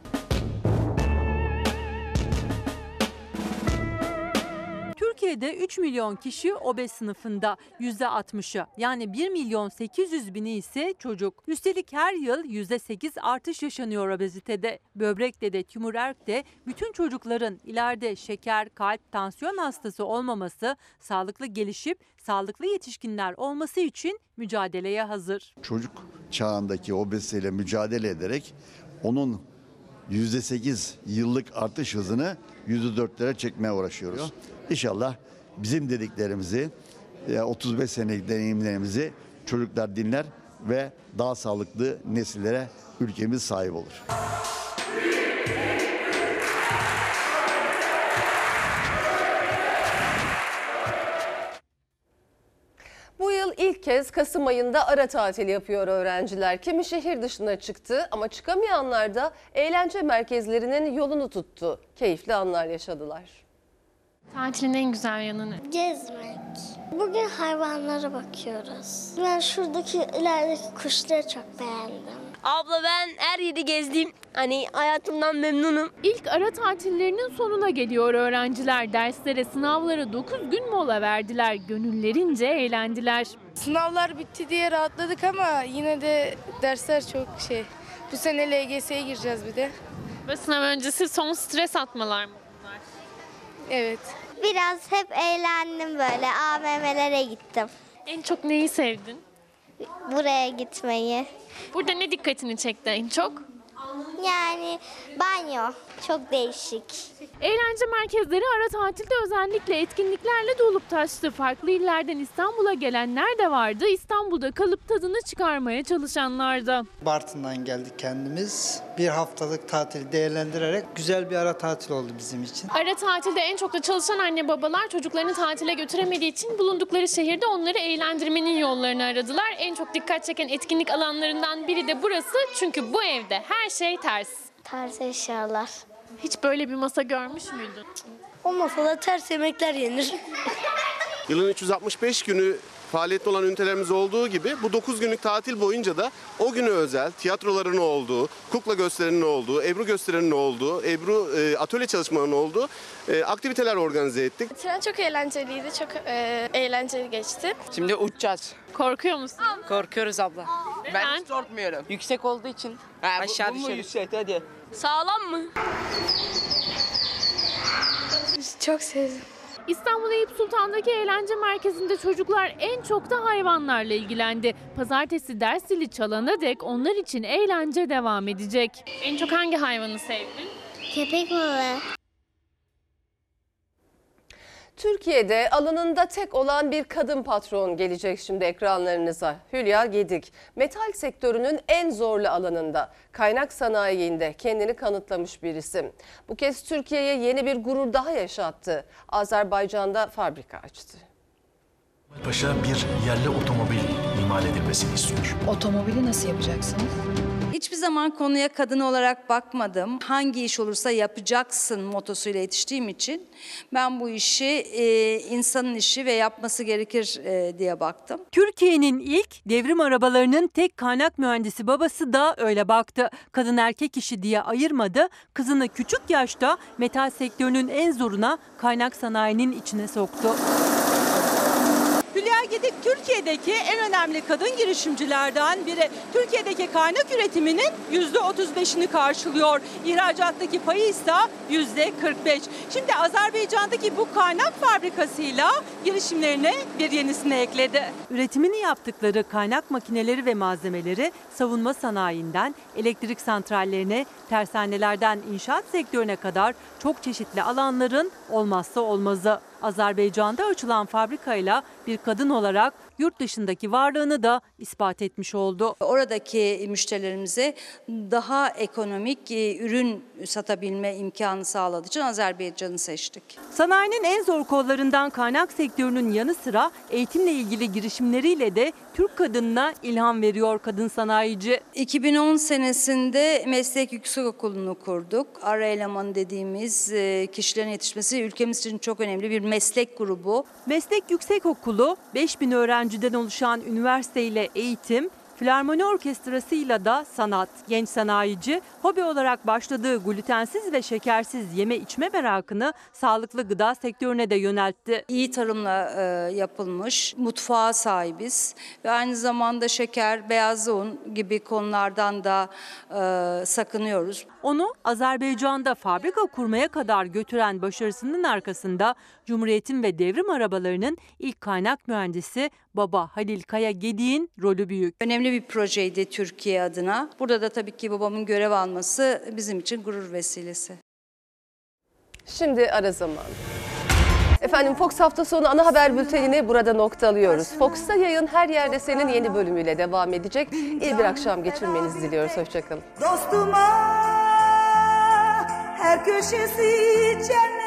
Türkiye'de 3 milyon kişi obez sınıfında, %60'ı yani 1 milyon 800 bini ise çocuk. Üstelik her yıl %8 artış yaşanıyor obezitede. Böbrek dede Timur Erk de bütün çocukların ileride şeker, kalp, tansiyon hastası olmaması, sağlıklı gelişip sağlıklı yetişkinler olması için mücadeleye hazır. Çocuk çağındaki obeziteyle mücadele ederek onun %8 yıllık artış hızını %4'lere çekmeye uğraşıyoruz. İnşallah bizim dediklerimizi, 35 senelik deneyimlerimizi çocuklar dinler ve daha sağlıklı nesillere ülkemiz sahip olur. Bu yıl ilk kez Kasım ayında ara tatil yapıyor öğrenciler. Kimi şehir dışına çıktı ama çıkamayanlar da eğlence merkezlerinin yolunu tuttu. Keyifli anlar yaşadılar. Tatilin en güzel yanı ne? Gezmek. Bugün hayvanlara bakıyoruz. Ben şuradaki ilerideki kuşları çok beğendim. Abla ben her yeri gezdim. Hani hayatımdan memnunum. İlk ara tatillerinin sonuna geliyor öğrenciler. Derslere, sınavlara 9 gün mola verdiler. Gönüllerince eğlendiler. Sınavlar bitti diye rahatladık ama yine de dersler çok Bu sene LGS'ye gireceğiz bir de. Ve sınav öncesi son stres atmalar mı bunlar? Evet. Biraz hep eğlendim böyle. AVM'lere gittim. En çok neyi sevdin? Buraya gitmeyi. Burada ne dikkatini çekti en çok? Yani banyo. Çok değişik. Eğlence merkezleri ara tatilde özellikle etkinliklerle dolup taştı. Farklı illerden İstanbul'a gelenler de vardı. İstanbul'da kalıp tadını çıkarmaya çalışanlar da. Bartın'dan geldik kendimiz. Bir haftalık tatil değerlendirerek güzel bir ara tatil oldu bizim için. Ara tatilde en çok da çalışan anne babalar çocuklarını tatile götüremediği için bulundukları şehirde onları eğlendirmenin yollarını aradılar. En çok dikkat çeken etkinlik alanlarından biri de burası. Çünkü bu evde her şey ters. Ters eşyalar. Hiç böyle bir masa görmüş müydün? O masada ters yemekler yenir. Yılın 365 günü faaliyette olan ünitelerimiz olduğu gibi bu 9 günlük tatil boyunca da o güne özel tiyatroların olduğu, kukla gösterilerinin olduğu, Ebru gösterilerinin olduğu, Ebru atölye çalışmalarının olduğu aktiviteler organize ettik. Tren çok eğlenceliydi, çok eğlenceli geçti. Şimdi uçacağız. Korkuyor musun? Korkuyoruz abla. Neden? Ben hiç korkmuyorum. Yüksek olduğu için aşağı düşeriz. Yüksek hadi. Sağlam mı? Çok sevdim. İstanbul Eyüp Sultan'daki eğlence merkezinde çocuklar en çok da hayvanlarla ilgilendi. Pazartesi ders zili çalana dek onlar için eğlence devam edecek. En çok hangi hayvanı sevdin? Köpek balığı. Türkiye'de alanında tek olan bir kadın patron gelecek şimdi ekranlarınıza. Hülya Gedik, metal sektörünün en zorlu alanında, kaynak sanayiinde kendini kanıtlamış bir isim. Bu kez Türkiye'ye yeni bir gurur daha yaşattı. Azerbaycan'da fabrika açtı. Paşa bir yerli otomobil imal edilmesini istiyor. Otomobili nasıl yapacaksınız? Hiçbir zaman konuya kadın olarak bakmadım. Hangi iş olursa yapacaksın motosuyla yetiştiğim için ben bu işi insanın işi ve yapması gerekir diye baktım. Türkiye'nin ilk devrim arabalarının tek kaynak mühendisi babası da öyle baktı. Kadın erkek işi diye ayırmadı. Kızını küçük yaşta metal sektörünün en zoruna, kaynak sanayinin içine soktu. Hülya Gedik Türkiye'deki en önemli kadın girişimcilerden biri. Türkiye'deki kaynak üretiminin %35'ini karşılıyor. İhracattaki payı ise %45. Şimdi Azerbaycan'daki bu kaynak fabrikasıyla girişimlerine bir yenisini ekledi. Üretimini yaptıkları kaynak makineleri ve malzemeleri savunma sanayinden elektrik santrallerine, tersanelerden inşaat sektörüne kadar çok çeşitli alanların olmazsa olmazı. Azerbaycan'da açılan fabrikayla bir kadın olarak yurt dışındaki varlığını da ispat etmiş oldu. Oradaki müşterilerimize daha ekonomik ürün satabilme imkanı sağladığı için Azerbaycan'ı seçtik. Sanayinin en zor kollarından kaynak sektörünün yanı sıra eğitimle ilgili girişimleriyle de Türk kadınına ilham veriyor kadın sanayici. 2010 senesinde Meslek Yüksekokulu'nu kurduk. Ara eleman dediğimiz kişilerin yetişmesi ülkemiz için çok önemli bir meslek grubu. Meslek Yüksekokulu 5000 öğrenciden oluşan üniversite ile eğitim, Filarmoni Orkestrası'yla da sanat. Genç sanayici hobi olarak başladığı glutensiz ve şekersiz yeme içme merakını sağlıklı gıda sektörüne de yöneltti. İyi tarımla yapılmış mutfağa sahibiz ve aynı zamanda şeker, beyaz un gibi konulardan da sakınıyoruz. Onu Azerbaycan'da fabrika kurmaya kadar götüren başarısının arkasında Cumhuriyet'in ve devrim arabalarının ilk kaynak mühendisi baba Halil Kaya Gedik'in rolü büyük. Önemli bir projeydi Türkiye adına. Burada da tabii ki babamın görev alması bizim için gurur vesilesi. Şimdi ara zamanı. Efendim Fox hafta sonu ana haber bültenini burada noktalıyoruz. Fox'ta yayın Her Yerde Senin yeni bölümüyle devam edecek. İyi bir akşam geçirmenizi diliyoruz. Hoşçakalın. Dostuma her köşesi cennet.